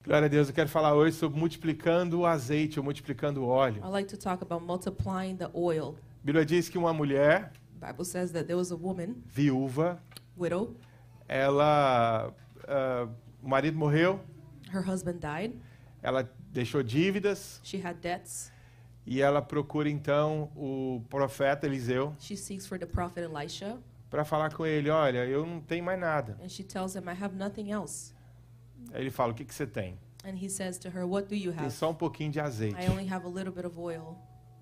Glória a Deus, eu quero falar hoje sobre multiplicando o azeite ou multiplicando o óleo. I'd like to talk about multiplying the oil. A Bíblia diz que uma mulher The Bible says that there was a woman, viúva, widow, o marido morreu, her husband died, ela deixou dívidas she had debts, e ela procura então o profeta Eliseu she seeks for the prophet Elisha, para falar com ele, olha, eu não tenho mais nada. and she tells him, I have nothing else. Aí ele fala, o que que você tem? And he says to her, what do you Tem have? só um pouquinho de azeite. I only have a little bit of oil.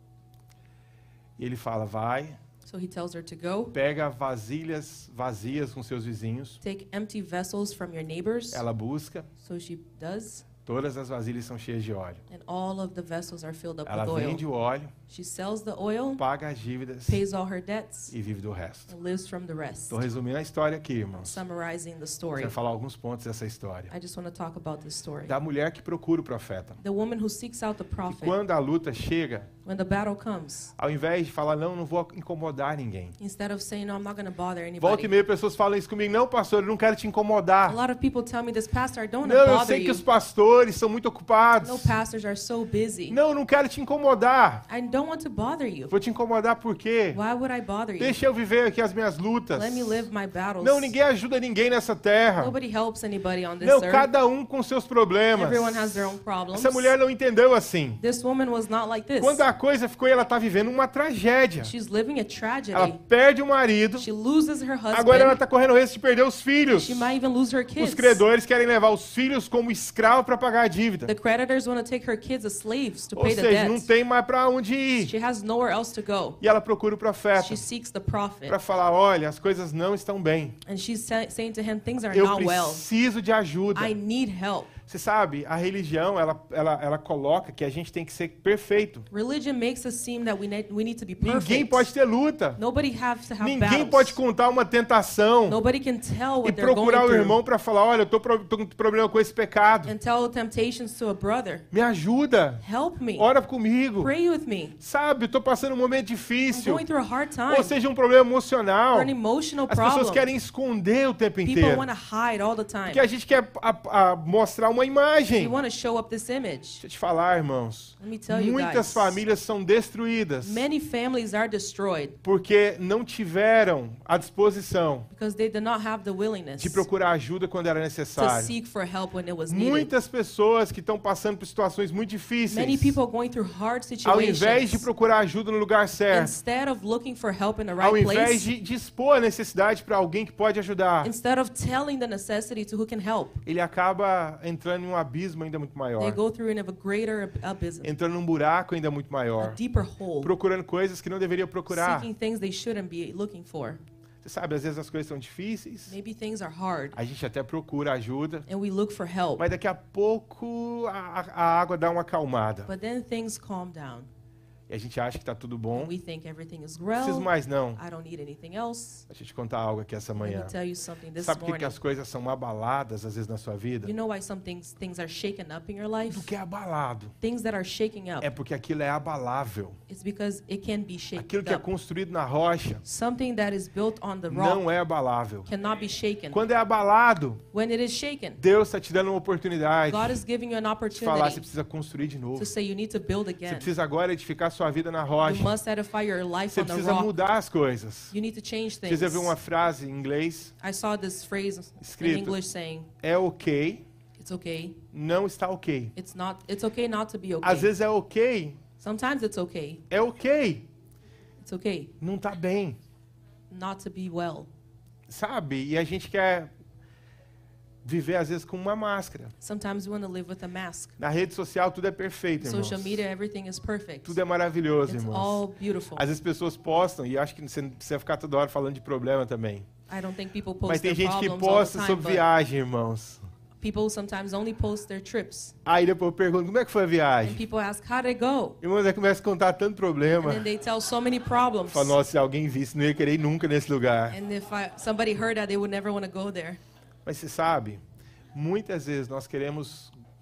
E ele fala, vai, So he tells her to go, pega vasilhas vazias com seus vizinhos. take empty vessels from your neighbors. Ela busca, So she does, todas as vasilhas são cheias de óleo. and all of the vessels are filled up Ela with oil. vende o óleo, She sells the oil, paga as dívidas pays all her debts, e vive do resto. and lives from the rest. Estou resumindo a história aqui, irmãos. Summarizing the story. Quero falar alguns pontos dessa história. I just want to talk about this story. Da mulher que procura o profeta. The woman who seeks out the E prophet, quando a luta chega, when the battle comes, ao invés de falar, não vou incomodar ninguém. instead of saying, no, I'm not going to bother Volta e anybody. meia, pessoas falam isso comigo. Não, pastor, eu não quero te A incomodar. lot of people tell me this, pastor, I don't want Não, to eu bother sei que you. os pastores são muito ocupados. No, pastors are so busy. Não, eu não quero te incomodar. I don't want to bother you. Vou te incomodar por quê? Why would I bother you? Deixa eu viver aqui as minhas lutas. Let me live my battles. Não, ninguém ajuda ninguém nessa terra. Nobody helps anybody on this Não, earth. cada um com seus problemas. Everyone has their own problems. Essa mulher não entendeu assim. This woman was not like this. Quando a coisa ficou, ela está vivendo uma tragédia. She's living a Ela tragedy. perde o marido. She loses her Agora ela husband. está correndo o risco de perder os filhos. She might even lose her Os kids. credores querem levar os filhos como escravo para pagar a dívida. The creditors want to take her kids as slaves to Ou pay the seja, não debt. tem mais para onde ir. She has nowhere else to go. E ela procura o profeta She seeks the prophet. para falar, olha, as coisas não estão bem. And she's saying to him, things are Eu not well. preciso de ajuda. I need help. Você sabe, a religião, ela coloca que a gente tem que ser perfeito. Religion makes us seem that we need to be perfect. Ninguém pode ter luta. Nobody has to have Ninguém battles. pode contar uma tentação Nobody can tell e what they're going procurar o through irmão para falar, olha, eu tô com problema com esse pecado. and tell temptations to a brother. Me ajuda. Help me. Ora comigo. Pray with me. Sabe, eu tô passando um momento I'm difícil. going through a hard time. Ou seja, um problema emocional. Or an emotional As pessoas problem. querem esconder o tempo People inteiro. want to hide all the time. Porque a gente quer mostrar uma imagem. We want to show up this image. Deixa eu te falar, irmãos. Let me tell you Muitas guys. famílias são destruídas Many families are destroyed porque não tiveram a disposição because they did not have the willingness de procurar ajuda quando era to necessário. seek for help when it was needed. Muitas pessoas que estão passando por situações muito Many difíceis, people going through hard ao invés de situations, procurar ajuda no lugar certo, instead of looking for help in the ao right invés place, de dispor a necessidade para alguém que pode ajudar, instead of telling the necessity to who can help, ele acaba entrando em um abismo ainda muito they maior, go through in a greater abyss, entrando num buraco ainda muito a maior, deeper hole, procurando coisas que não deveriam procurar. seeking things they shouldn't be looking for. Você sabe, às vezes as coisas são difíceis, Maybe things are hard, a gente até procura ajuda, and we look for help, mas daqui a pouco a água dá uma acalmada. but then things calm down, E a gente acha que está tudo bom. and we think everything is Não preciso well, mais não. I don't need anything else. Deixa eu te contar algo aqui essa Let manhã. me tell you something this Sabe por que morning. as coisas são abaladas às vezes na sua vida? You know why some things are shaken up in your life? Do que é abalado. Things that are shaking up. É porque aquilo é abalável. It's because it can be shaken Aquilo que é up. construído na rocha Something that is built on the rock não é abalável. cannot be shaken. Quando é abalado, When it is shaken, Deus está te dando uma oportunidade God is giving you an de falar, opportunity você precisa construir de novo. to say you need to build Você again. precisa agora edificar sua vida na rocha. You must edify your life Você on the precisa rock. mudar as coisas. You need to change things. Precisa ver uma frase em inglês, I saw this phrase in Escrito. English saying, é ok, it's okay. não está ok. It's okay not to be Às okay. vezes é ok, Sometimes it's okay. é ok, It's okay não está bem, not to be well. sabe? E a gente quer viver às vezes com uma máscara. Sometimes we want to live with a mask. Na rede social tudo é perfeito, irmãos. Social media, everything is perfect. Tudo é maravilhoso, It's irmãos. all beautiful. Às vezes pessoas postam e acho que você não precisa ficar toda hora falando de problema também. I don't think people post Mas tem their gente que problems all the posta time, sobre but viagem, irmãos. people sometimes only post their trips. Aí depois eu pergunto, como é que foi a And viagem? people ask, how did it go? Irmãos, aí começa a contar tanto problema. And then they tell so many problems. Fala, nossa, se alguém visse, não ia querer ir nunca nesse lugar. And if somebody heard that, they would never want to go there. Mas você sabe, muitas vezes nós queremos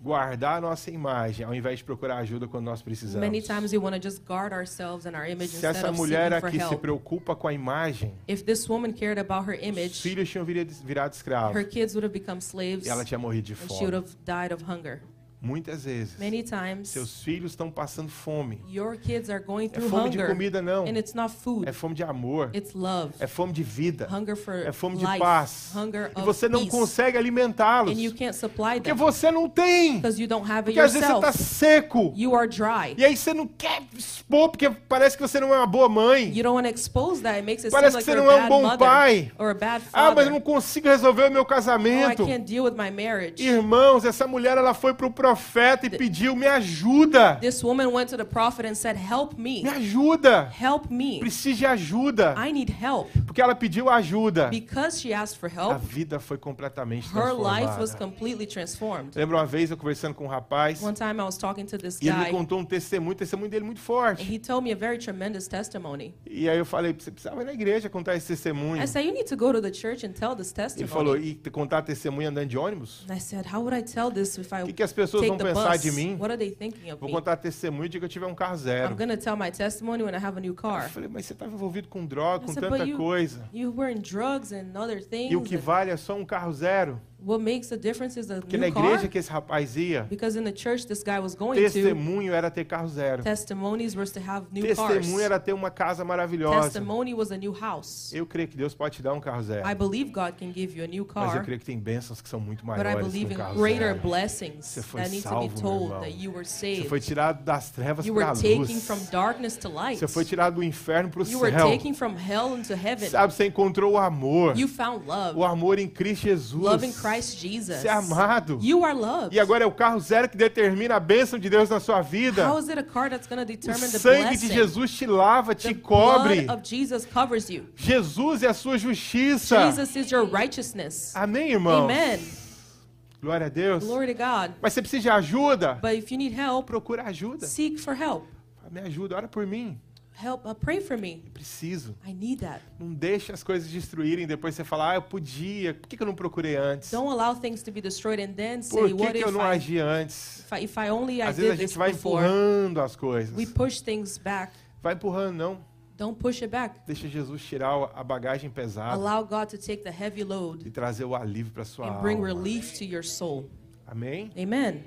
guardar a nossa imagem ao invés de procurar ajuda quando nós precisamos. Many times we want to just guard ourselves and our image Se instead essa of mulher seeking for aqui se help. preocupa com a imagem, If this woman cared about her os image, filhos tinham virado escravos her kids would have become slaves e ela tinha morrido de and she would fome. have died of hunger. Muitas vezes, Many times, seus filhos estão passando fome. your kids are going É through fome de hunger, comida, não. and it's not food, É fome de amor. it's love. É fome de vida. Hunger for É fome de life, paz. hunger E of você não peace. consegue alimentá-los. And you can't supply Porque them você não tem. because you don't have it Porque às vezes você está yourself. seco. You are dry. E aí você não quer expor, porque parece que você não é uma boa mãe. You don't want to expose that. It makes it Parece seem que like você you're não a é um bad bom mother pai. or a bad Ah, mas eu father. não consigo resolver o meu Oh, I casamento. can't deal with my marriage. Irmãos, essa mulher ela foi para o profeta e pediu, me ajuda. This woman went to the prophet and said, "Help Me me. ajuda. Help me. Preciso de ajuda. I need help." Porque ela pediu ajuda. Because she asked for A help, vida foi completamente her life was transformada. completely transformed. Lembra uma vez eu conversando com um rapaz One time I was talking to this e ele me guy, contou um testemunho dele muito and forte. he told me a very tremendous testimony. E aí eu falei, você precisava ir na igreja contar esse testemunho. I said, "You need to go to the church and tell this Ele falou, testimony." e contar testemunho andando de ônibus? And I said, "How would I tell this if I O que as pessoas take vão the pensar bus? de mim? What are they thinking of Vou me? contar testemunho de que eu tiver um carro zero. I'm going to tell my testimony when I have a new Eu car." falei, mas você estava envolvido com droga, I com said, tanta "But coisa. you were in drugs and other E o things. que and vale é só um carro zero. What makes a difference is a Porque na new igreja car." que esse rapaz ia, Because in the church this guy was going to, testemunho era ter carro zero. testimonies was to have new Testemunho cars. era ter uma casa maravilhosa. Testimony was a new house. Eu creio que Deus pode te dar um carro zero. I believe God can give you a new Mas eu car, creio que tem bênçãos que são muito but I maiores que believe um in carro greater zero. blessings Você foi that need to salvo, be meu told irmão. that you were Você saved. foi tirado das trevas You para a were taking luz. from darkness to light. Você foi tirado do inferno para o You were céu. taking from hell into heaven. Sabe, você encontrou o amor. You found love. O amor em Cristo Jesus. Love in Christ Jesus. Você é amado. You are loved. E agora é o carro zero que determina a bênção de Deus na sua vida. How is it a car that's going to O determine the sangue de blessing? Jesus te lava, te The cobre. blood of Jesus covers you. Jesus é a sua justiça. Jesus is your righteousness. Amém, irmãos? Amen. Glória a Deus. Glory to God. Mas você precisa de ajuda? But if you need help, Procura ajuda. seek for help. Me ajuda, ora por mim. Help, pray for me. Eu preciso. I need that. Não deixe as coisas destruírem. Depois você fala, eu podia. Por que eu não procurei antes? Don't allow things to be destroyed and then Por say, que what eu if não agi antes? if I only I Às vezes a did gente this vai before. empurrando as coisas. We push things back. Vai empurrando, não. Don't push it back. Deixa Jesus tirar a bagagem pesada Allow God to take the heavy load e trazer o alívio para sua and bring alma. relief to your soul. Amém? Amen.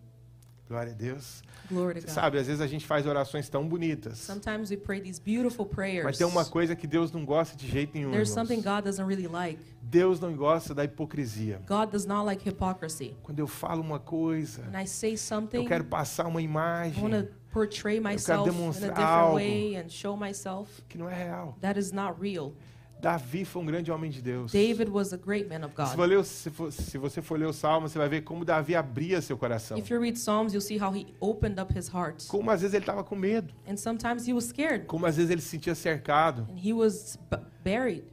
Glória a Deus. Glory to Você God. sabe, às vezes a gente faz orações tão bonitas. Sometimes we pray these beautiful Mas prayers. tem uma coisa que Deus não gosta de jeito nenhum, There's irmãos. something God doesn't really like. Deus não gosta da hipocrisia. God does not like hypocrisy. Quando eu falo uma coisa, When I say eu something, quero passar uma I imagem want to portray myself in a demonstrar different algo. way and show myself. que não é real. That is not real. Davi foi um grande homem de Deus. David was a great man of Se God. você for ler o Salmo, você vai ver como Davi abria seu coração. If you read Psalms, you'll see how he opened up his heart. Como às vezes ele estava com medo. And sometimes he was scared Como às vezes ele se sentia cercado. and he was buried.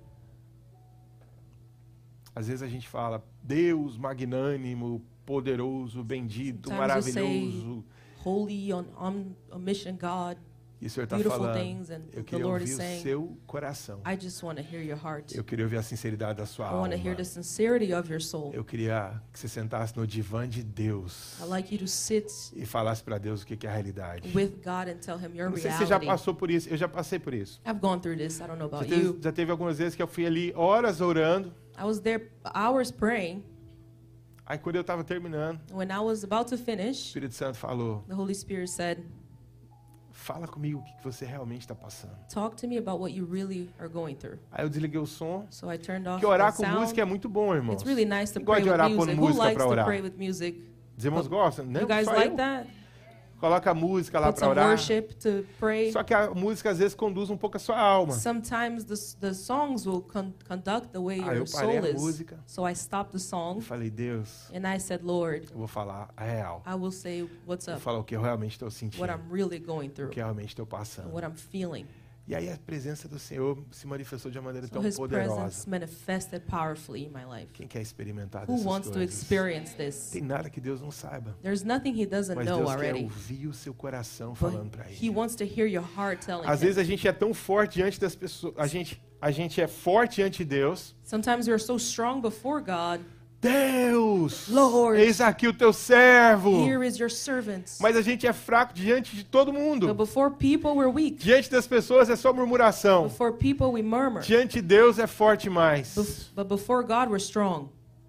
Às vezes a gente fala, Deus magnânimo, poderoso, bendito, Sometimes you say, maravilhoso. Holy, omniscient God, E o Senhor está beautiful falando, things, and eu the queria Lord ouvir is o saying, seu coração. I just want to hear your heart. Eu queria ouvir a sinceridade da sua I alma. want to hear the sincerity of your soul. Eu queria que você sentasse no divã de Deus I'd like you to sit e falasse para Deus o que é a realidade. with God and tell him your Não sei se você já reality. passou por isso. Eu já passei por isso. I've gone through this. I don't know Já about teve, you. já teve algumas vezes que eu fui ali horas orando. I was there hours praying. Aí quando eu estava terminando, When I was about to o finish, Espírito Santo falou, the Holy Spirit said, fala comigo o que você realmente está passando. talk to me about what you really are going through. Aí eu desliguei o som. So I turned off Porque orar the com sound. música é muito bom, irmãos. It's really nice to Quem gosta pray de with orar pondo music. Who música likes para to orar? pray with music? Os irmãos gostam? Não, You guys só like eu. that? Coloca a música lá Put para some orar. worship to pray. Só que a música às vezes conduz um pouco a sua alma. Sometimes the songs will conduct the way Aí your eu parei soul a is. música. So I stopped the Eu song falei, Deus, and I said, Lord, eu vou falar a real. I will say what's Eu vou up, falar o que eu realmente estou sentindo. what I'm really going O through, que eu realmente estou and passando. what I'm feeling. E aí a presença do Senhor se manifestou de uma maneira So tão His poderosa. presence manifested powerfully in my life. Quem quer experimentar Who dessas wants to coisas? experience this? Tem nada que Deus não saiba. There's nothing He doesn't Mas know Deus quer already. ouvir o seu coração falando But para He Ele. wants to hear your heart telling Às vezes Him. a gente é tão forte diante das pessoas. A gente é forte diante de Deus, Sometimes we're so strong before God, Deus, Lord, eis aqui o teu servo. here is your servant. Mas a gente é fraco diante de todo But mundo. before people, we're weak. Diante das pessoas é só murmuração. Before people, we murmur. Diante de Deus é forte mais. But before God, we're strong.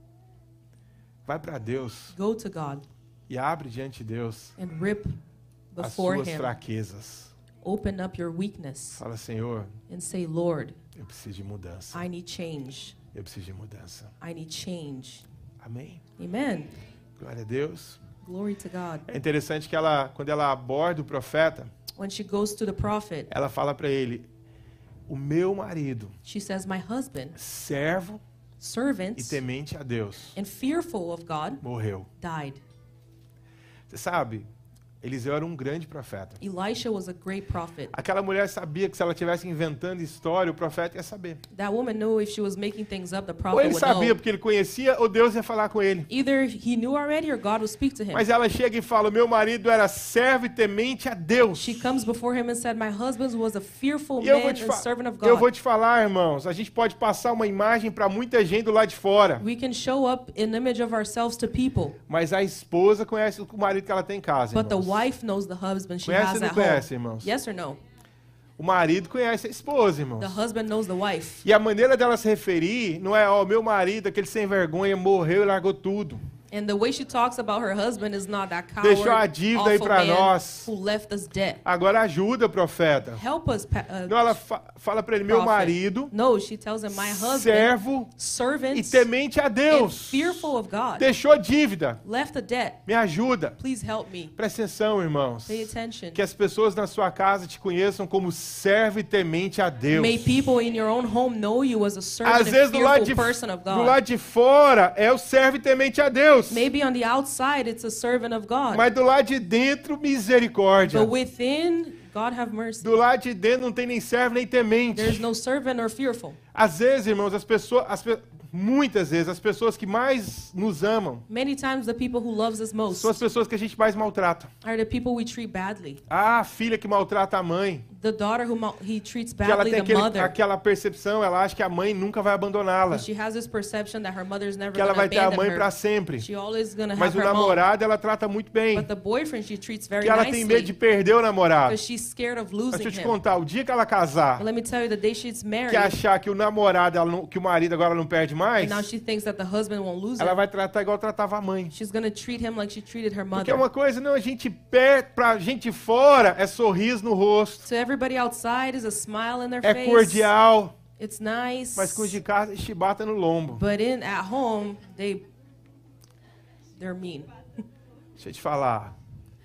Vai para Deus Go to God e abre diante de Deus and rip as before suas Him. fraquezas. Open up your weakness Fala, Senhor, and say, Lord, eu preciso de mudança. I need change. Eu preciso de mudança. I need change. Amém? Amen. Glória a Deus. Glory to God. É interessante que quando ela aborda o profeta, When she goes to the prophet, ela fala para ele, o meu marido, she says, my husband, servo e servant temente a Deus, and fearful of God, morreu. died. Você sabe, Eliseu era um grande profeta. Elisha was a great prophet. Aquela mulher sabia que se ela estivesse inventando história, o profeta ia saber. That woman knew if she was making things up, the Ou prophet ele would sabia know. porque ele conhecia, ou Deus ia falar com ele. Either he knew already or God would speak to him. Mas ela chega e fala, meu marido era servo e temente a Deus. She comes before him and said, my husband was a fearful E eu man and servant of vou God. te falar, irmãos, a gente pode passar uma imagem para muita gente do lado de fora. We can show up an image of ourselves to people, Mas a esposa conhece o marido que ela tem em casa, but the irmãos. wife knows the husband she Conhece has ou não at conhece, home. irmãos? Yes or no? O marido conhece a esposa, irmãos. The husband knows the wife. E a maneira dela se referir não é, ó, meu marido, aquele sem vergonha, morreu e largou tudo. And the way she talks about her husband is not that Deixou a coward, dívida aí awful pra man nós. who left us dead. Agora ajuda, profeta. Help us, Não, ela fala para ele, meu prophet. marido, No, she tells him, my husband, servo servant e temente a and Deus. fearful of God, Deixou dívida. left a debt. Me ajuda. Please help me. Presta atenção, irmãos. Pay attention. Que as pessoas na sua casa te conheçam como servo e temente a Deus. May people in your own home know you as a servant Às vezes and do lado, fearful person of do God. lado de fora é o servo e temente a Deus. Maybe on the outside it's a servant of God. Mas do lado de dentro, misericórdia. But within, God have mercy. Do lado de dentro não tem nem servo nem temente. There's no servant or fearful. Às vezes, irmãos, muitas vezes, as pessoas que mais nos amam Many times the people who loves us most são as pessoas que a gente mais maltrata. are the people we treat badly. A filha que maltrata a mãe, The daughter who he treats que ela badly tem the mother. aquela percepção, ela acha que a mãe nunca vai abandoná-la, She has this perception that her mother's never que ela going to vai ter a abandon mãe her. para sempre. She always going to Mas have o her mom. namorado ela trata muito bem, But the boyfriend she treats very que ela tem medo de nicely perder o namorado. because she's scared of losing Deixa eu te him. contar, o dia que ela casar, But let me tell you, the day she's married, que achar que o namorado, que o marido agora não perde mais, and now she thinks that the husband won't lose ela him, vai tratar igual tratava a mãe. she's going to treat him like she treated her Porque mother. uma coisa, não, a gente pra gente fora é sorriso no rosto, So everybody outside is a smile in their é face. cordial, It's nice. mas com os de casa chibata no lombo. But at home, they're mean. Deixa eu te falar,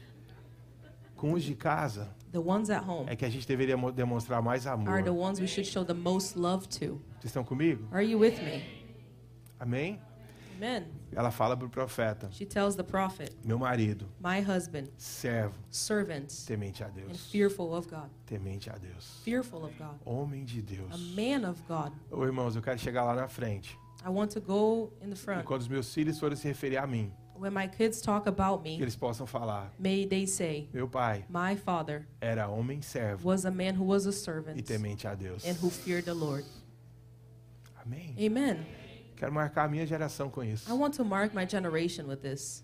com os de casa The ones at home é que a gente deveria demonstrar mais amor. are the ones we should show the most love to. Vocês estão comigo? Are you with me? Amém? Amen. Ela fala pro profeta, She tells the prophet, meu marido, my husband, servo, servant, temente a and Deus. fearful of God. Temente a Deus. Fearful of God. Homem de A Deus. man of God. Ô, irmãos, eu quero chegar lá na frente. I want to go in the E front. quando os meus filhos forem se referir a mim, When my kids talk about que me, eles possam falar, may they say, meu pai my father era homem servo was a man who was a e servant temente a Deus. and who feared the Lord. Amém? Amen. Quero marcar a minha geração com isso. I want to mark my generation with this.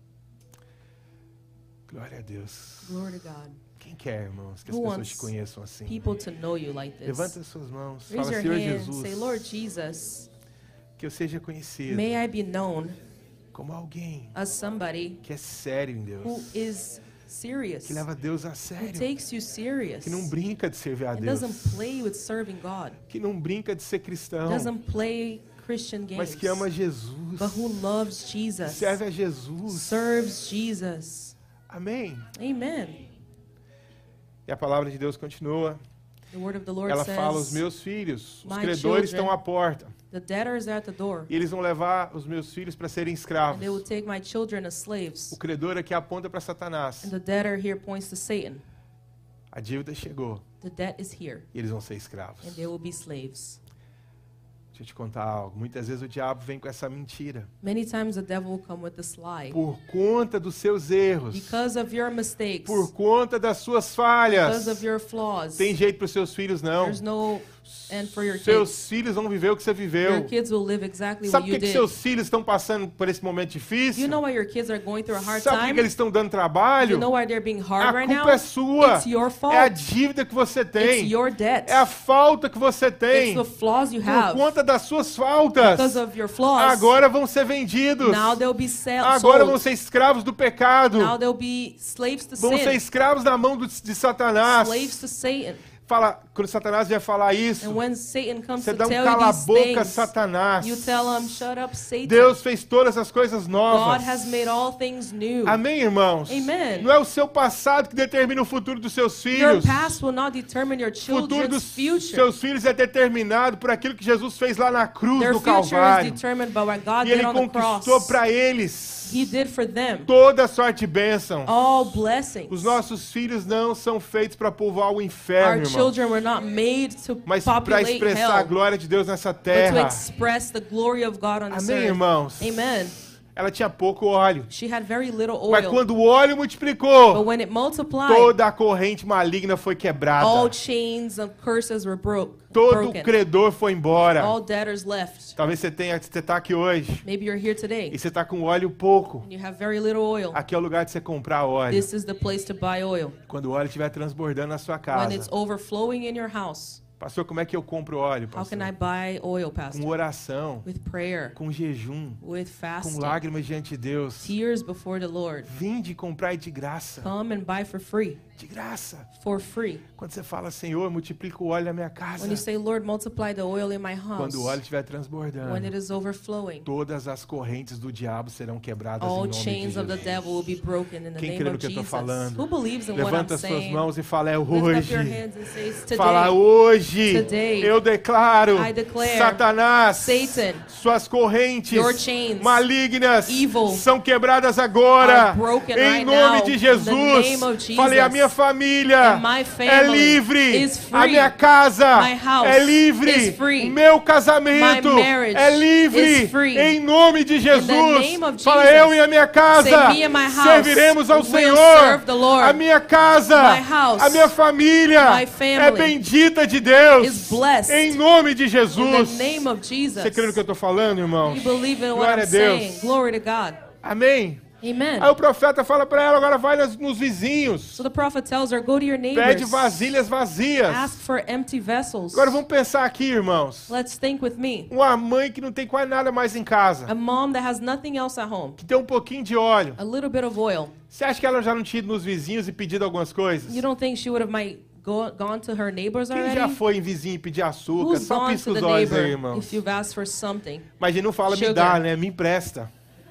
Glória a Deus. Glory to God. Quem quer, irmãos, que as Who pessoas wants te conheçam assim? People to know you like this. Levanta as suas mãos. Raise Fala, your Senhor hand. Jesus, Say, Lord Jesus, que eu seja conhecido may I be known como alguém as somebody que é sério em who Deus, is serious, que leva Deus a who sério, takes you serious, que não brinca de servir a and Deus, doesn't play with serving God, que não brinca de ser cristão, doesn't play Christian games, mas que ama Jesus, but who loves que Jesus, serve a Jesus. serves Jesus. Amém? Amen. E a palavra de Deus continua. The word of the Lord Ela fala, os says, meus filhos, os "My credores children, estão à porta. the debtors are at the door, E eles vão levar os meus filhos para serem and escravos. they will take my children as slaves." O credor aqui aponta para Satanás. And the debtor here points to Satan. A dívida chegou The debt is here, e eles vão ser escravos. and they will be slaves. Deixa eu te contar algo. Muitas vezes o diabo vem com essa mentira. Many times the devil will come with the lie. Por conta dos seus erros, Because of your mistakes, por conta das suas falhas. because of your flaws, Tem jeito para os seus filhos, não. there's no and for your Seus kids. filhos vão viver o que você Your viveu. kids will live exactly Sabe what por you que did. seus filhos estão passando por esse momento You difícil? know why your kids are going through a hard Sabe por que time? eles estão dando You trabalho? know why they're being hard A right culpa now? é sua. It's your fault. É a dívida que você It's tem. your debt. É a falta que você It's tem. the flaws you Por have. conta das suas faltas. Because of your flaws. Agora vão ser vendidos. Now they'll be Agora vão sold. ser escravos do pecado. Now they'll be slaves to Vão ser sin. escravos na mão de Satanás. Slaves to Satan. Fala, quando Satanás vier falar isso, And when Satan comes você to dá um tell you cala a these boca, things, Satanás. you tell him, shut up, Satan. Deus fez todas as coisas novas. God has made all things new. Amém, irmãos? Amen. Não é o seu passado que determina o futuro dos seus Your filhos. past will not determine your O futuro children's dos future. seus filhos é determinado por aquilo que Jesus fez lá na cruz Their do future is Calvário. determined by what God E did Ele on the cross. conquistou para eles He did for them. toda sorte de bênção. All blessings. Os nossos filhos não são feitos para povoar o Our inferno, irmão, children were not made to mas para populate expressar a hell, glória de Deus nessa but to terra. express the glory of God on this Amém, earth. irmãos? Amen. Ela tinha pouco óleo, She had very little mas oil, quando o óleo but multiplicou, when it multiplied, toda a corrente maligna foi quebrada. all chains of curses were broken. Todo credor foi embora. All debtors left. Talvez você está aqui hoje Maybe you're here today e você está com óleo pouco. and you have very little oil. Aqui é o lugar de você comprar óleo. This is the place to buy oil. Quando o óleo estiver transbordando na sua When casa. it's overflowing in your house, Pastor, como é que eu compro óleo, how pastor? can I buy oil, Com Pastor? oração, With prayer, com jejum, with com fasting, lágrimas diante de Deus. tears before the Lord. Vinde comprar de graça. Come and buy for free. De graça. For free. Quando você fala, Senhor, multiplica o óleo na minha casa. When you say, Lord, multiply the oil in my house. Quando o óleo estiver When transbordando, it is overflowing, todas as correntes do diabo serão quebradas em all nome de chains of the Jesus. devil will be broken in the Quem name crê no of que eu tô Jesus. falando? Who believes in what I'm Levanta as suas saying? mãos e fala, é Lift up your hoje. hands and say, today, Fala hoje, Today, eu declaro, I declare, Satanás, Satan, suas correntes your chains, malignas evil, são quebradas agora, are broken em right nome now, de in the Jesus. name of Jesus. Falei, a minha família And my é family livre, is free. a minha casa My house é livre, is free. o meu casamento My marriage é livre, is free. em nome de Jesus. name of Fala, Jesus. eu e a minha casa Say, me and my house serviremos ao will Senhor. serve the Lord. A minha casa, My house, a minha família my family é bendita de Deus, is blessed. em nome de In Jesus. the name of Jesus. Você crê no que eu estou falando, irmãos? You believe in what Glória I'm a Deus. saying. Glory to God. Amém? Amen. Aí o profeta fala para ela, agora vai nos vizinhos, So the prophet tells her, go to your pede neighbors. vasilhas vazias. Ask for empty vessels. Agora vamos pensar aqui, irmãos. Let's think with me. Uma mãe que não tem quase nada mais em casa, A mom that has nothing else at home. que tem um pouquinho de óleo. A little bit of oil. Você acha que ela já não tinha ido nos vizinhos e pedido algumas coisas? You don't think she would have gone to her neighbors Quem already? já foi em vizinho e pedir açúcar? Who's Só gone pisca to os the olhos aí, neighbor irmãos. if you've asked for something? Mas a gente não fala me Sugar. dá, né? Me empresta.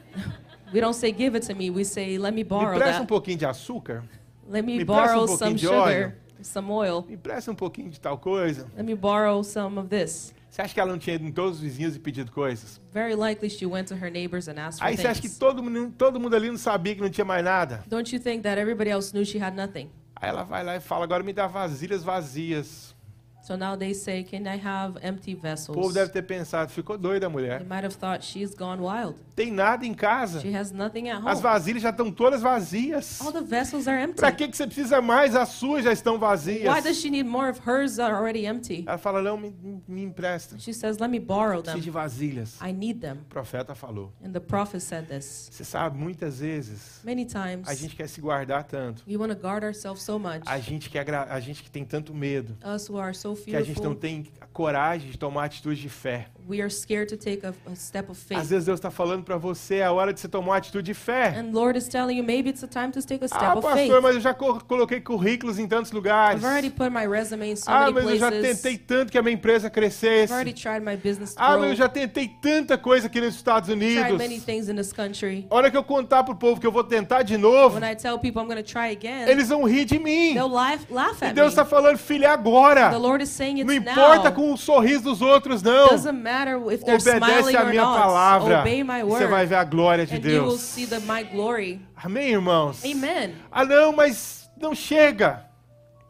We don't say give it to me. We say let me Me borrow empresta um that. pouquinho de açúcar? Let me me presta borrow pouquinho some de sugar, óleo? some oil. Me empresta um pouquinho de tal coisa? Let me borrow some of this. Você acha que ela não tinha ido em todos os vizinhos e pedido coisas? Very likely she went to her neighbors and asked for Aí você acha que things. todo mundo ali não sabia que não tinha mais nada? Don't you think that everybody else knew she had nothing? Aí ela vai lá e fala, agora me dá vasilhas vazias. So now they say, can I have empty O povo vessels? deve ter pensado, ficou doida a They mulher. might have thought she's gone wild. Tem nada em casa. She has nothing at As home. vasilhas já estão todas vazias. All the vessels are empty. Pra que você precisa mais? As suas já estão Why vazias. does she need more if hers are already empty? Ela fala, não, me empresta. She says, let me borrow Preciso de them. vasilhas. I need them. O profeta falou. And the prophet said this. Você sabe, muitas vezes, Many times, a gente quer se guardar tanto. we want to guard ourselves so much. A gente que tem tanto medo. Us who are so Que a gente não fearful, tem a coragem de tomar atitude de fé. we are scared to take a step of Às faith. vezes Deus está falando para você, é a hora de você tomar uma atitude de fé. And Lord is telling you, maybe it's the time to take a step Ah, of faith. pastor, mas eu já coloquei currículos em tantos lugares. I've already put my resume in so Ah, many mas eu já places. tentei tanto que a minha empresa I've crescesse. already tried my business to Ah, grow. mas eu já tentei tanta coisa aqui nos Estados Tried Unidos. many things in this country. A hora que eu contar pro povo que eu vou tentar de novo, When I tell people I'm going to try again, eles vão rir de mim. they'll laugh E at Deus me. está falando, filho, é agora. The Lord is saying it's Não importa now. com o sorriso dos outros, não. Doesn't matter if they're Obedece smiling a or minha not. palavra. Obey my E você vai word. ver a glória de And you will Deus. see my glory. Amém, irmãos? Amen. Ah, não, mas não chega.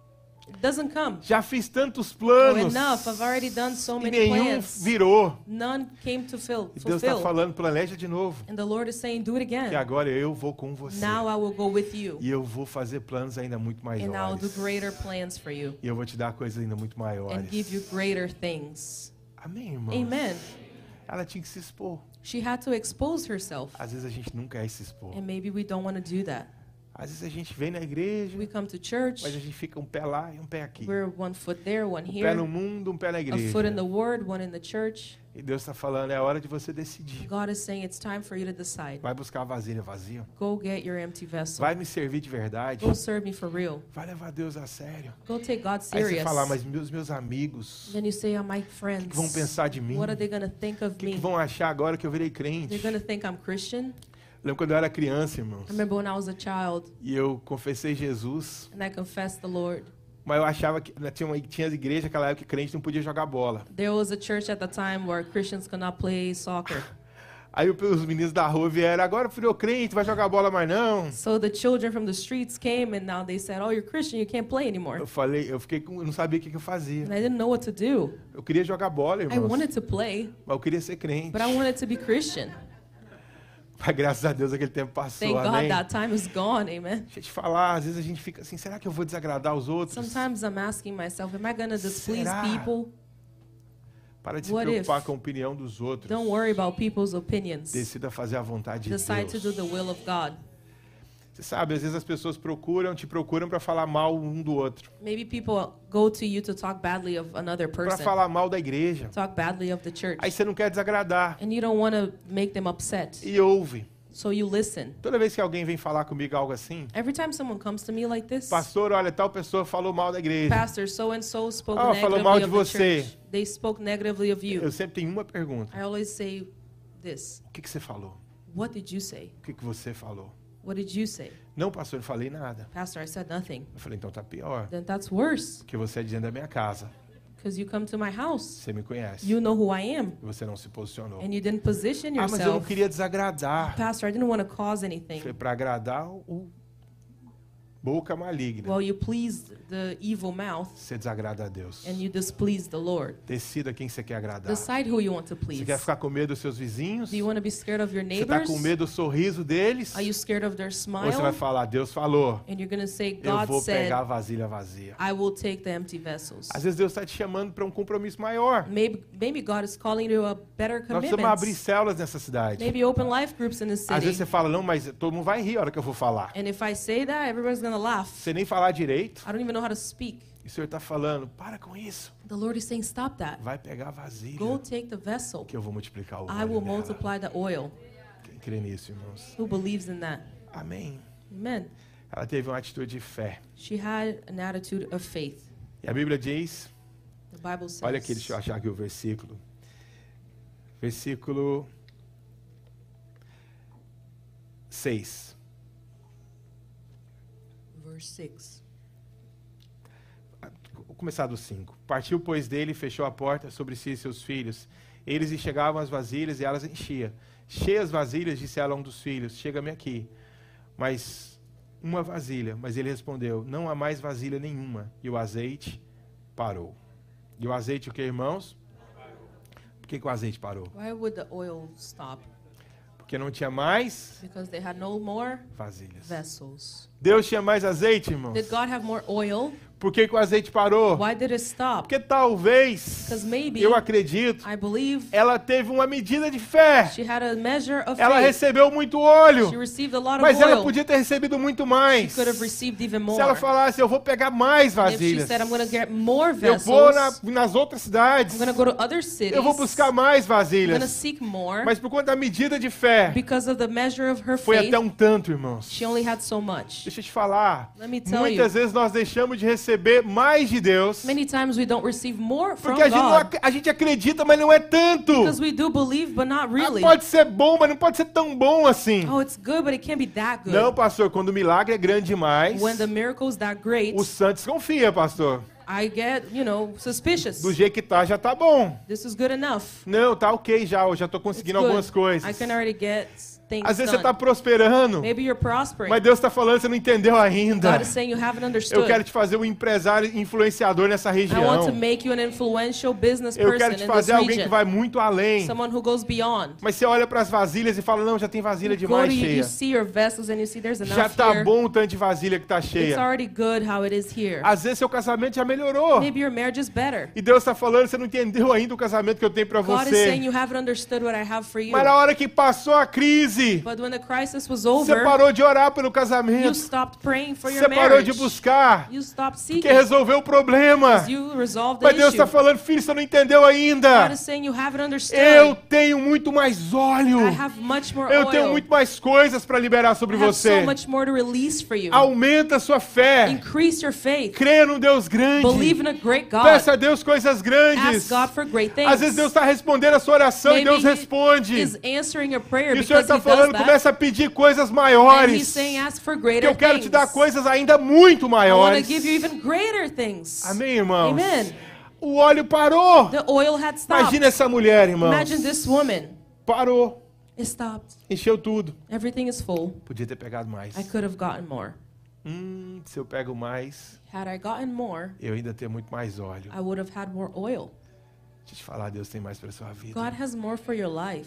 It doesn't come. Já fiz tantos Oh, planos enough. I've already done so e many nenhum plans. virou. None came to E Deus está fulfill. falando, planeja de novo. And the Lord is saying, do it Que again. agora eu vou com você. Now I will go with you. E eu vou fazer planos ainda muito And I'll do maiores. greater plans for you. E eu vou te dar coisas ainda muito And maiores. give you greater things. Amém, irmãos? Amen. Ela tinha que se expor. She had to expose herself. Às vezes a gente não quer se expor. And maybe we don't want to do that. Às vezes a gente vem na igreja, We come to church. mas a gente fica um pé lá e um pé aqui. We're one foot there, one Um pé no here. mundo, um pé na A foot in igreja. the Word, one in the church. E Deus está falando, é hora de você decidir. God is saying it's time for you to decide. Vai buscar a vasilha vazia. Go get your empty vessel. Vai me servir de verdade. Go serve me for real. Vai levar Deus a sério. Go take God Aí você serious. fala, mas meus amigos, Then you say, oh, my o friends, que vão pensar de mim? what are O they going to think of que me? vão achar agora que eu virei crente? They're going to think I'm Christian. Lembro quando eu era criança, irmãos, I remember when I was a child e eu confessei Jesus, and I confessed the Lord. mas eu achava que tinha as igrejas naquela época que crente não podia jogar bola. There was a church at the time where Christians could not play soccer. Aí os meninos da rua vieram, agora virou crente, vai jogar bola mais não. So the children from the streets came and now they said, oh, you're Christian, you can't play anymore. Eu não sabia o que eu fazia. And I didn't know what to do. Eu queria jogar bola, I irmãos, wanted to play, mas eu queria ser crente. but I wanted to be Christian. Mas graças a Deus aquele tempo passou, Thank God amém? that time is gone, amen. Deixa eu te falar, às vezes a gente fica assim, será que eu vou desagradar os outros? Sometimes I'm asking myself, am I going to displease Será? people? Para de se What preocupar if? com a opinião dos outros. Don't worry about people's opinions. Decida fazer a vontade de Decide to do Deus. the will of God. Você sabe, às vezes as pessoas te procuram para falar mal um do outro. Maybe people go to you to talk badly of another Para person, falar mal da igreja. talk badly of the church, Aí você não quer desagradar. and you don't want to make them upset. E ouve. So you listen. Toda vez que alguém vem falar comigo algo assim, Every time someone comes to me like this, pastor, olha, tal pessoa falou mal da igreja. Pastor so and so spoke Oh, falou mal de negatively of the você. church. They spoke negatively of you. Eu sempre tenho uma pergunta. I always say this. O que você falou? What did you say? O que você falou? What did you say? Não, pastor, eu não falei nada. Pastor, I said nothing. Eu falei, então tá pior. Then that's worse, Porque você é de dentro da minha casa. because you come to my house. Você me conhece. You know who I am, E você não se posicionou. and you didn't position Ah, mas eu não yourself. queria desagradar. Pastor, I didn't want to cause anything. Foi para agradar o boca maligna. Well, you pleased the evil mouth, Você desagrada a Deus. and you displeased the Lord. Decida quem você quer agradar. Decide who you want to Você please. quer ficar com medo dos seus vizinhos? Do you want to be scared of your Você está neighbors? com medo do sorriso deles? Are you scared of their Ou você vai smile? falar, Deus falou, And you're going to say, eu God vou pegar a said, vasilha vazia. I will take the empty vessels. Às vezes Deus está te chamando para um compromisso maior. Maybe God is calling you to a better Nós precisamos abrir commitment. células nessa cidade. Maybe open life groups in this Às vezes city. você fala, não, mas todo mundo vai rir a hora que eu vou falar. And if I say that, everyone's going to laugh. Você nem falar direito. I don't even know how to speak. E o Senhor está falando, para com isso. The Lord is saying, stop that. Vai pegar a vasilha Go take the vessel. que eu vou multiplicar o I will óleo dela. multiply the oil. Quem crê nisso, irmãos? Who believes in that? Amém. Amen. Ela teve uma atitude de fé. She had an attitude of faith. E a Bíblia diz, The Bible says, olha aqui, deixa eu achar aqui o versículo. Versículo 6. verse 6. Vou começar do 5. Partiu, pois, dele e fechou a porta sobre si e seus filhos. Eles enxergavam as vasilhas e elas enchia. Cheias vasilhas, disse ela a um dos filhos, chega-me aqui. Mas uma vasilha. Mas ele respondeu, não há mais vasilha nenhuma. E o azeite parou. E o azeite o que, irmãos? Por que o azeite parou? Why would the oil stop? Porque não tinha mais Because they had no more vasilhas. vessels. Deus tinha mais azeite, irmãos? Did God have more oil? Por que o azeite parou? Why did it stop? Porque talvez, Because maybe, eu acredito, I believe, ela teve uma medida de fé. she had a measure of Ela faith. recebeu muito She óleo, received a lot of mas ela oil. podia ter recebido muito She mais. could have received even more. Se ela falasse, eu vou pegar mais If she vasilhas, said, I'm going to get more eu vessels, vou nas outras cidades, I'm going to go to other cities, eu vou buscar mais I'm going to vasilhas. seek more, Mas por conta da medida de fé, because of the measure of her foi faith, até um tanto, irmãos. she only had so much. Deixa eu te falar, Let me tell muitas you, vezes nós deixamos de receber mais de Deus, many times we don't receive more from porque a gente, God, a gente acredita, mas não é tanto. because we do believe, but not really. Pode ser bom, mas não pode ser tão bom assim. Oh, it's good, but it can't be that good. Não, pastor, quando o milagre é grande demais, When the miracle is that great, o santo confia, pastor. I get, suspicious. Do jeito que tá, já tá bom. This is good enough. Não, tá ok já, eu já tô It's conseguindo good. algumas coisas. I can already get things Às vezes você está done. prosperando, Maybe you're prospering. mas Deus está falando, você não entendeu ainda. God is saying you haven't Eu understood. quero te fazer um empresário influenciador nessa I want to região. make you an influential business Eu person quero in te this fazer alguém que region. vai muito além. Someone who goes beyond. Mas você olha para as vasilhas e fala, não, já tem vasilha Go demais to you, cheia. you see your vessels and you see there's Já enough tá here. bom o tanto de vasilha que tá It's cheia. already good how it is here. Às vezes seu casamento já melhorou. Maybe your marriage is better. E Deus está falando, você não entendeu ainda o casamento que eu tenho para God is saying você. you haven't understood what I have for you. Mas na hora que passou a crise, But when the crisis was você over, parou de orar pelo you casamento. stopped praying for your Você parou de marriage. buscar. You stopped Porque seeking. resolveu o problema. You resolved the Mas Deus issue. está falando, filho, você não entendeu God ainda. is saying you haven't understood. Eu tenho muito mais óleo. I have much more Eu tenho oil. muito mais coisas para liberar sobre I have você. so much more to release for you. Aumenta a sua fé. Increase your faith. Creia num Deus grande. Believe in a great God. Peça a Deus coisas grandes. Ask God for great things. Às vezes Deus está respondendo a sua oração Maybe e Deus He responde. is answering your prayer E o Senhor because está He does falando, that. começa a pedir coisas And He's maiores. saying ask for Que greater eu quero things. te dar coisas ainda muito I want maiores. to give you even greater things. Amém, irmãos? Amen. O óleo parou. The oil had stopped. Imagina essa mulher, irmãos. Imagine this woman. Parou. It stopped. Encheu tudo. Everything is full. Podia ter pegado mais. I could have gotten more. Se eu pego mais, Had I gotten more, eu ainda tenho muito mais óleo. I would have had more oil. Deixa eu te falar, Deus tem mais para sua vida. God has more for your life.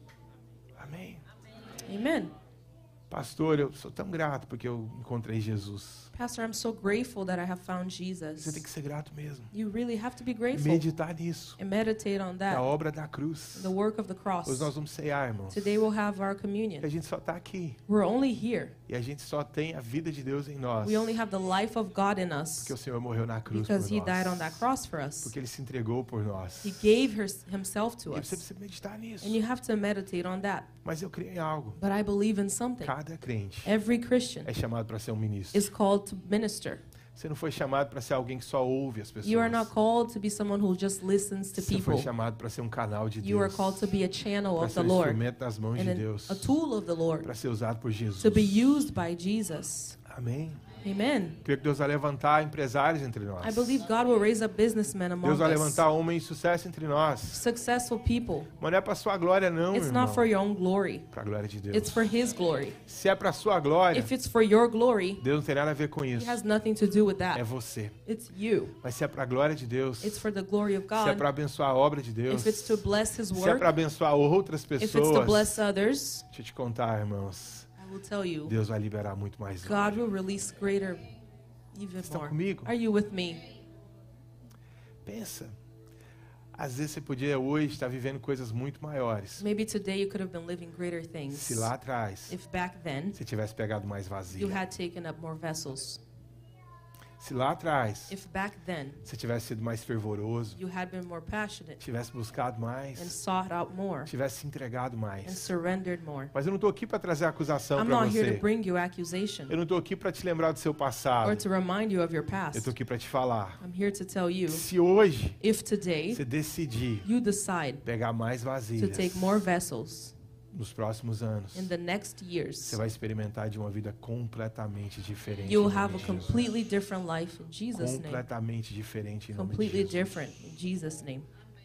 Amém. Amen. Pastor, eu sou tão grato porque eu encontrei Jesus. Pastor, I'm so grateful that I have found Você Jesus. tem que ser grato mesmo. You really have to be E grateful meditar nisso. and meditate on É that. a obra da cruz. The work of the cross. Hoje nós vamos ceiar, irmãos. Today we'll have our E communion. a gente só está aqui. We're only here. E a gente só tem a vida de Deus em nós. We only have the life of God in us Porque o Senhor morreu na cruz because por He nós. died on that cross for us. Porque Ele se entregou por nós. He gave Himself to E você us. precisa meditar nisso. And you have to meditate on that. Mas eu creio em algo. But I believe in something. Cada crente Every Christian é chamado para ser um ministro. is called to minister. Você não foi chamado para ser alguém que só ouve as pessoas. You are not called to be someone who just listens to Você foi people. chamado para ser um canal de You are Deus. called to be a channel Para of ser the um Lord instrumento nas mãos de and Deus. a tool of the Lord Para ser usado por Jesus. to be used by Jesus. Amém. Amen. Creio que Deus vai levantar empresários entre nós. I believe God will raise up businessmen among Deus vai us. levantar homens de sucesso entre nós. Successful people. Mas não é para sua glória não, It's irmão. not for your own glory. Para a glória de Deus. It's for His glory. Se é para sua glória, If it's for your glory, Deus não tem nada a ver com He isso. has nothing to do with É that. você. It's you. Mas se é para a glória de Deus, It's for the glory of se é God. para abençoar a obra de Deus, If it's to bless His se é work, para abençoar outras if it's pessoas, to bless others, deixa eu te contar, irmãos, I will tell you, Deus vai liberar muito mais God óleo. will release greater, even Estão more. comigo? Are you with me? Pensa. Às vezes você podia hoje estar vivendo coisas muito maiores. Maybe today you could have been living greater Se things. lá atrás If back then você tivesse pegado mais you vazio. had taken up more vessels. Se lá atrás If back then você tivesse sido mais fervoroso, you had been more passionate tivesse buscado and mais, sought out more tivesse se entregado and mais. surrendered more. Mas eu não estou aqui para trazer acusação I'm para not here to você. bring you accusation Eu não estou aqui para te lembrar do seu passado. or to remind you of your Eu past. estou aqui para te falar. I'm here to tell you, Se hoje if today você decidir you decide pegar mais to vasilhas take more vessels nos próximos anos, in the next você years, vai experimentar de uma vida completamente diferente. you'll em nome have a de Jesus. completely different life in Jesus' name. Completamente diferente em nome de Completely Jesus. different in Jesus' name.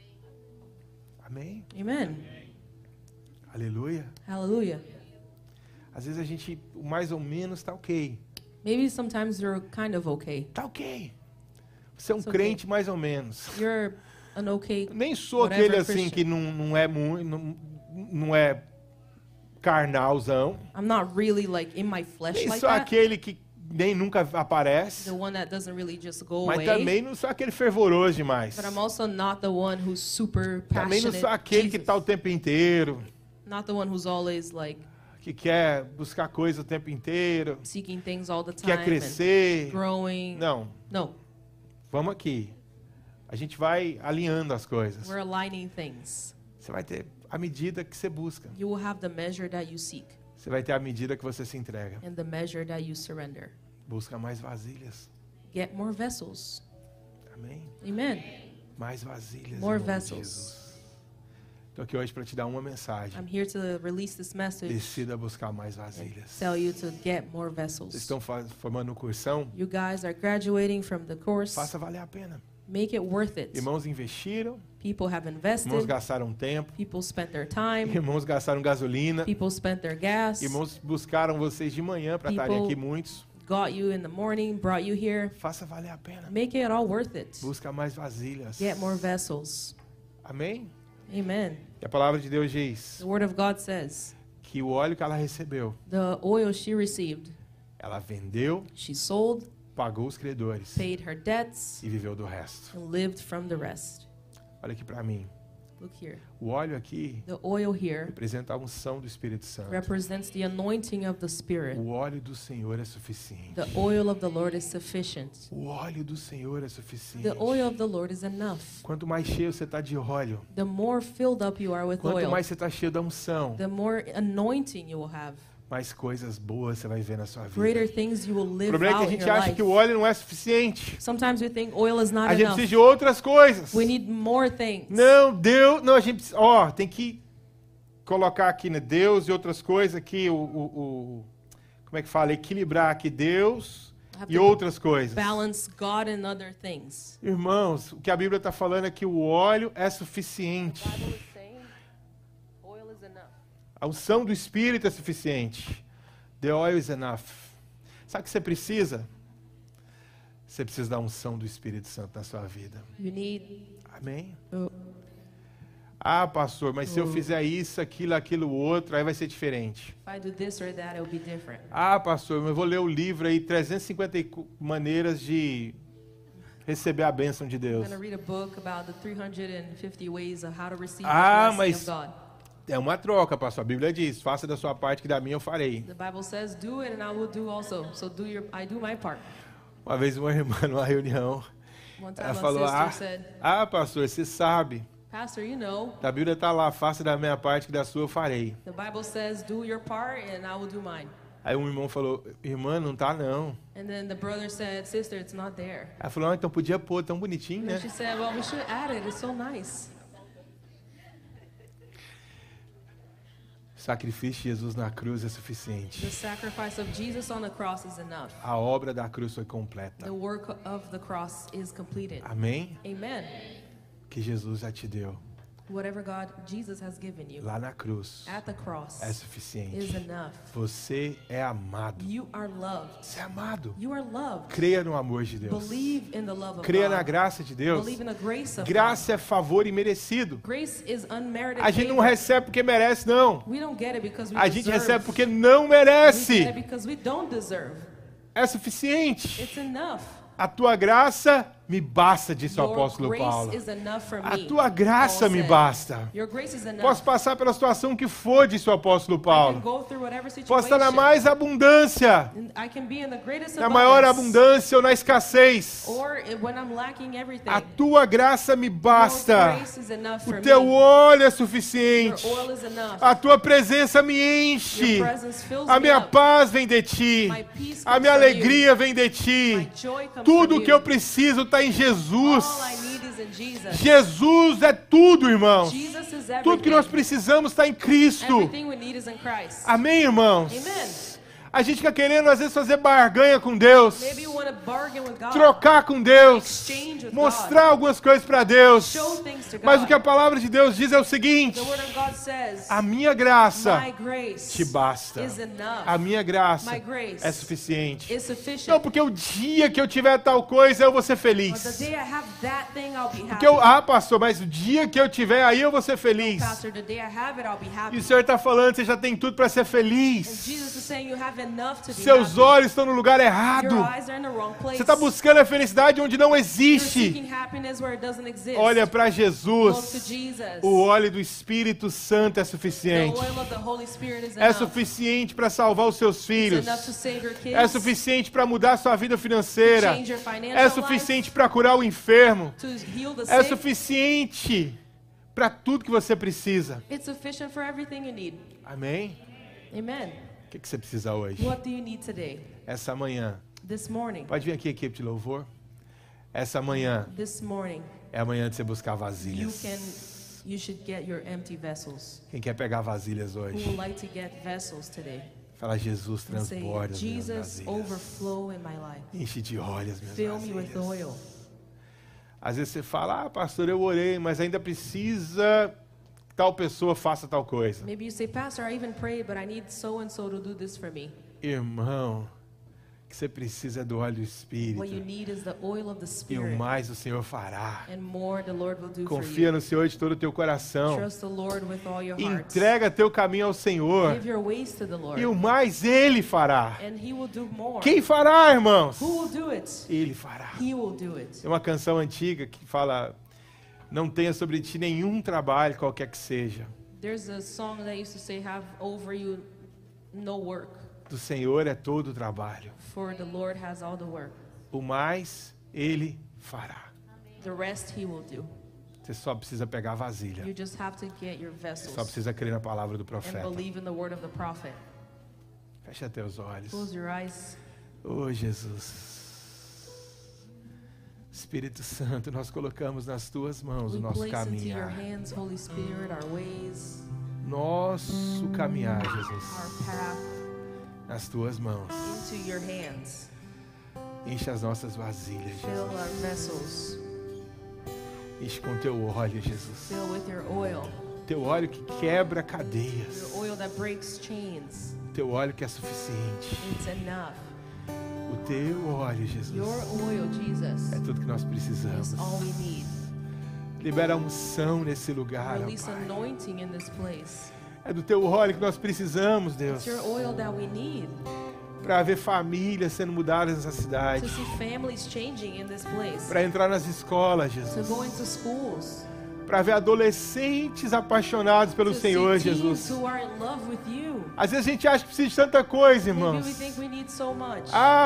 Amém? Amen. Aleluia. Hallelujah. Às vezes a gente, o mais ou menos, tá ok. Maybe sometimes you're kind of okay. Tá ok. Você é um It's okay. crente mais ou menos. You're an okay. Eu nem sou Whatever aquele assim Christian. que não é muito, não é carnalzão. I'm not really like in my flesh Nem like sou that. aquele que nem nunca aparece. The one that doesn't really just go Mas away. também não sou aquele fervoroso demais. But I'm also not the one who's super Também não passionate. sou aquele que Jesus. está o tempo inteiro, Not the one who's always like que quer buscar coisa o tempo inteiro, seeking things all the time quer crescer. and growing. Não, No, vamos aqui. A gente vai alinhando as coisas. we're aligning things. Você vai ter a medida que você busca. You will have the measure that you seek Você vai ter a medida que você se entrega. and the measure that you surrender. Busca mais vasilhas. Get more vessels. Amém? Amen. Mais vasilhas. More em nome de vessels. Jesus. Estou aqui hoje para te dar uma mensagem. I'm here to release this message Decida buscar mais and vasilhas. tell you to get more Vocês vessels. estão formando um cursão? You guys are graduating from the course. Faça valer a pena. Make it worth it. Irmãos investiram, People have Irmãos invested. gastaram tempo. People spent their time. Irmãos gastaram gasolina. People spent their gas. Irmãos buscaram vocês de manhã para estarem People- aqui muitos. Got you in the morning, brought you here. Faça valer a pena. Make it all worth it. Busca mais vasilhas. Get more vessels. Amém? Amen. E a palavra de Deus diz The word of God says, que o óleo que ela recebeu, the oil she received, ela vendeu, she sold, pagou os credores paid her debts, e viveu do resto. and lived from the rest. Olha aqui para mim. Look here. O óleo aqui The oil here representa a unção do Espírito Santo. represents the anointing of the Spirit. O óleo do Senhor é suficiente. The oil of the Lord is sufficient. O óleo do Senhor é suficiente. The oil of the Lord is enough. Quanto mais cheio você está de óleo, The more filled up you are with quanto oil, mais você está cheio da unção, the more anointing you will have. mais coisas boas você vai ver na sua vida. Greater things you will O live problema é que a out in gente your acha life. que o óleo não é suficiente. Sometimes we think oil is not A gente enough. precisa de outras coisas. We need more things. Não, Deus, não, a gente precisa, tem que colocar aqui, né, Deus e outras coisas aqui, como é que fala? Equilibrar aqui Deus Have e to outras coisas. balance God and other things. Irmãos, o que a Bíblia está falando é que o óleo é suficiente. The Bible is saying oil is enough. A unção do Espírito é suficiente. The oil is enough. Sabe o que você precisa? Você precisa da unção do Espírito Santo na sua vida. You need Amém? uh, Ah, pastor, mas se eu fizer isso, aquilo, outro, aí vai ser diferente. if I do this or that, it will be different. Ah, pastor, eu vou ler o livro aí, 350 maneiras de receber a bênção de I'm Deus. going to read a book about the 350 ways of how to receive Ah, the blessing mas- of God. É uma troca, pastor. A Bíblia diz, faça da sua parte que da minha eu farei. The Bible says, "Do it, and I will do also." So I do my part. Uma vez uma irmã numa reunião, One time, ela a falou, sister said, pastor, você sabe, "Pastor, you know, a Bíblia está lá, faça da minha parte que da sua eu farei. the Bible says, do your part, and I will do mine." Aí um irmão falou, irmã, não tá não. And then the brother said, "Sister, it's not there." Ela falou, então podia pôr, tão bonitinho, And né? she said, "Well, we should add it. It's so nice." O sacrifício de Jesus na cruz é The suficiente. sacrifice of Jesus on the cross is enough. A obra da cruz foi completa. The work of the cross is completed. Amém? Amen. Que Jesus já te deu Whatever Jesus has given you lá na cruz at the cross é is suficiente. enough. Você é amado. You are loved. Você é amado. You are loved. Creia no amor de Deus. Believe in the love of Creia na God. graça de Deus. Believe in the grace of God. Graça é favor imerecido. Grace is unmerited A gente não favor. recebe porque merece, não. We don't get it because we A gente deserve. recebe porque não We merece. get it because we don't deserve. É suficiente. It's enough. A tua graça me basta, disse o Your apóstolo grace Paulo. is enough for A me. tua graça Paul me said. basta. Your grace is enough. Posso passar pela situação que for, disse o apóstolo I can Paulo. go through whatever Posso situation. estar na mais abundância, And I can be in the greatest na maior abundance, abundância ou na escassez. or when I'm lacking everything. A tua graça me Your basta. grace is enough O for teu me. óleo é Your suficiente. oil is enough. A tua presença me enche. Your presence fills A me minha up. paz vem de ti. My peace A comes minha from you. alegria vem de My ti. joy comes Tudo from que you. eu preciso está em Jesus. All I need is in Jesus. Jesus é tudo, irmãos. Jesus is everything. Tudo que nós precisamos está em Cristo. Everything we need is in Christ. Amém, irmãos? Amen. A gente fica querendo, às vezes, fazer barganha com Deus. Maybe you want to bargain with God. Trocar com Deus. Exchange with Mostrar algumas coisas para Deus. Show things to God. Mas o que a palavra de Deus diz é o seguinte: The word of God says, a minha graça my grace te basta. is enough. A minha graça My grace é suficiente. is sufficient. Não, porque o dia que eu tiver tal coisa, eu vou ser But the feliz. day I have that thing, I'll be Porque happy. pastor, mas o dia que eu tiver, aí eu vou ser feliz. Pastor, the day I have it, I'll be happy. E o Senhor está falando, você já tem tudo para ser And feliz. Jesus is saying you have enough to be Seus happy. olhos estão no lugar errado. Your eyes are in the wrong place. Você está buscando a felicidade onde não You're existe. seeking happiness where it doesn't exist. Olha para Look to Jesus. Jesus. O óleo do Espírito Santo é The suficiente. oil of the Holy Spirit is É enough. suficiente para salvar os seus It's filhos. enough to save your kids. É suficiente para mudar a sua vida financeira. Change your financial É suficiente para curar o enfermo. life, to heal the É sick. suficiente para tudo que você precisa. It's sufficient for everything you need. Amém? Amen. O que você precisa hoje? What do you need today? Essa manhã. This morning. Pode vir aqui, equipe de louvor. Essa manhã This morning. é a manhã de você buscar You vasilhas. should get your empty vessels. Quem quer pegar vasilhas Who hoje? would like to get vessels today? Fala, Jesus, And say, transborda as minhas Jesus, vasilhas. overflow in my life. Enche de óleo as minhas Fill me with vasilhas. oil. Às vezes você fala, pastor, eu orei, mas ainda precisa que tal pessoa faça tal coisa. Maybe you say, Pastor, I even prayed, but I need so and so to do this for me. Irmão, o que você precisa é do óleo do Espírito. What you need is the oil of the E o Spirit. mais o Senhor fará. And more the Lord will do for Confia you. no Senhor de todo o teu coração. Trust the Lord with all your heart. Entrega teu caminho ao Senhor. Give your ways to the Lord. E o mais Ele fará. And He will do more. Quem fará, irmãos? Who will do it? Ele fará. He will do it. Tem uma canção antiga que fala: não tenha sobre ti nenhum trabalho, qualquer que seja. There's a song that used to say, have over you no work, Do Senhor é todo o trabalho. for the Lord has all the work. O mais Ele fará. The rest He will do. Você só precisa pegar a vasilha. You just have to get your Você vessels só precisa crer na palavra do and profeta. believe in the word of the prophet. Fecha teus olhos. Close your eyes. Oh, Jesus. Espírito Santo, nós colocamos nas tuas mãos We o nosso place into your caminhar. hands, Holy Spirit, our ways, Nosso caminhar, our Jesus. path, Nas tuas mãos. into your hands. Enche as nossas vasilhas, Fill our Jesus. vessels. Enche com teu óleo, Jesus. Fill with your oil. Teu óleo que quebra cadeias. Your oil that breaks chains. Teu óleo que é suficiente. It's enough. O teu óleo, Jesus. Your oil, Jesus, É tudo que nós is precisamos. all we need. Libera a unção nesse lugar, ó Release Pai. anointing in this place. É do teu óleo que nós precisamos, Deus. It's your oil that we need Para ver famílias sendo mudadas nessa to cidade. see families changing in this place, Para entrar nas escolas, to Jesus. go into schools, Para ver adolescentes apaixonados pelo to Senhor, see teens Jesus. who are in love with you. Às vezes a gente acha que precisa de tanta coisa, Maybe we irmãos. think we need so much.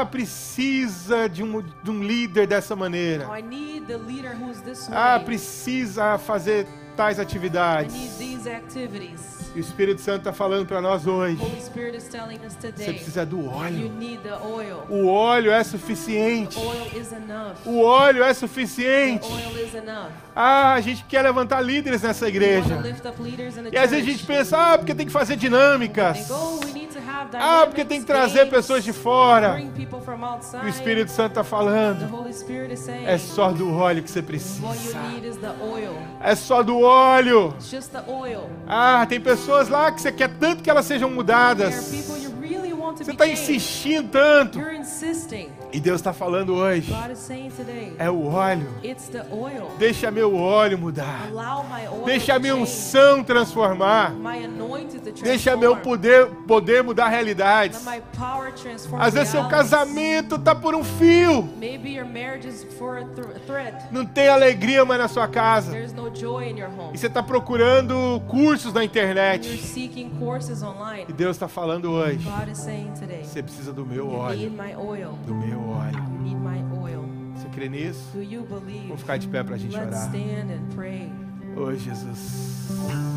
Precisa de um líder dessa Oh, maneira. I need the leader who's this way. Precisa fazer tais I atividades. need these activities. E o Espírito Santo está falando para nós hoje. Holy Spirit is telling us Você today, precisa do you óleo. need the oil. O óleo é suficiente. Oil is enough. O óleo é suficiente. Oil is enough. A gente quer levantar líderes nessa We want igreja. to lift up leaders in the E às vezes a church. gente pensa, porque tem que fazer dinâmicas. Think, oh, we need to have Porque tem dynamics, que trazer games, pessoas de fora. bring people from outside. E o Espírito Santo está The falando. Holy Spirit is saying, É só do óleo que você what precisa. you need is the oil. É só do óleo. It's just the oil. Tem pessoas lá que você quer tanto que elas sejam There are mudadas. people you really want to Você be está changed. insistindo tanto. You're insisting. E Deus está falando hoje. God is saying today, É o óleo. it's the oil. Deixa meu óleo mudar. Allow my oil Deixa a to minha change. unção transformar. My anointed to Deixa transform. meu poder mudar realidades. Let my power transform Às vezes seu realities. casamento tá por um fio. Maybe your marriage is for a thread. Não tem alegria mais na sua casa. There's no joy in your home. E você está procurando cursos na You're internet. seeking courses online. E Deus está falando hoje. God is saying today, Você precisa do meu you need óleo. my oil. Do meu óleo. You need my oil. Você crê nisso? Do you believe? Vamos ficar de pé para a gente Let's orar. stand and pray. Oh, Jesus.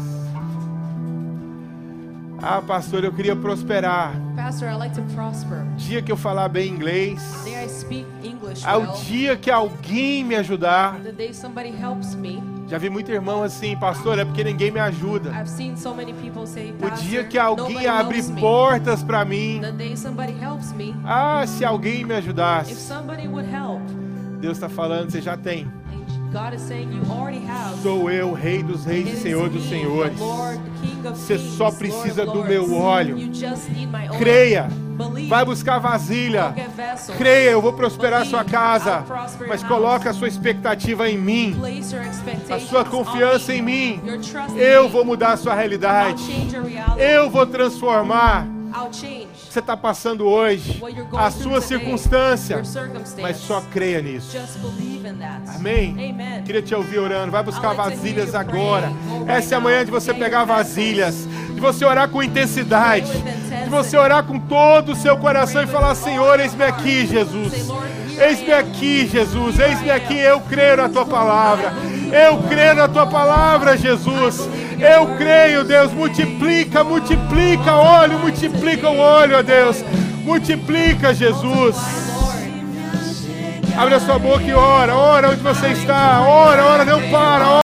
Pastor, eu queria prosperar. Pastor, I like to prosper. Dia que eu falar bem inglês. The day I speak English Ao well. dia que alguém me ajudar. The day somebody helps me. Já vi muito irmão assim, pastor, é porque ninguém me ajuda. I've seen so many people say, O Pastor, dia que alguém nobody abre helps me. portas para mim. The day somebody helps me. Se alguém me If ajudasse. somebody would help. Deus está falando, você já tem. And God is saying you already have. Sou eu, Rei dos Reis It e is Senhor dos me, Senhores. the Lord, the King of Você Kings, só precisa Lord of do meu Lords. óleo. You just need my oil. Creia. Believe. Vai buscar vasilha. Go get vessels. Creia, eu vou prosperar a sua Believe. casa. I'll prosper Mas your coloque a house. sua expectativa em mim. Place your A expectations sua confiança on em mim. Your trust in Eu me. vou mudar a sua I'll realidade. change your reality. Eu vou transformar I'll change o que você está passando hoje. what you're going A through sua today, circunstância. your circumstance. Mas só creia nisso. Just believe in that. Amém? Amen. Queria te ouvir orando. Vai buscar I'd like to hear vasilhas you agora. praying. Go Essa é a right manhã now. de você Get pegar your vessels. vasilhas. De você orar com intensidade. Pray with intensity. De você orar com todo o seu coração e falar: Senhor, eis-me aqui, Jesus. Say, Lord, here I Eis-me am. aqui, Jesus. Eis-me aqui. Eu creio na tua palavra. Eu creio na tua palavra, Jesus. Eu creio, Deus. Multiplica, multiplica o óleo, multiplica o óleo, ó Deus. Multiplica, Jesus. Abre a sua boca e ora. Ora onde você está. Ora, ora, não para.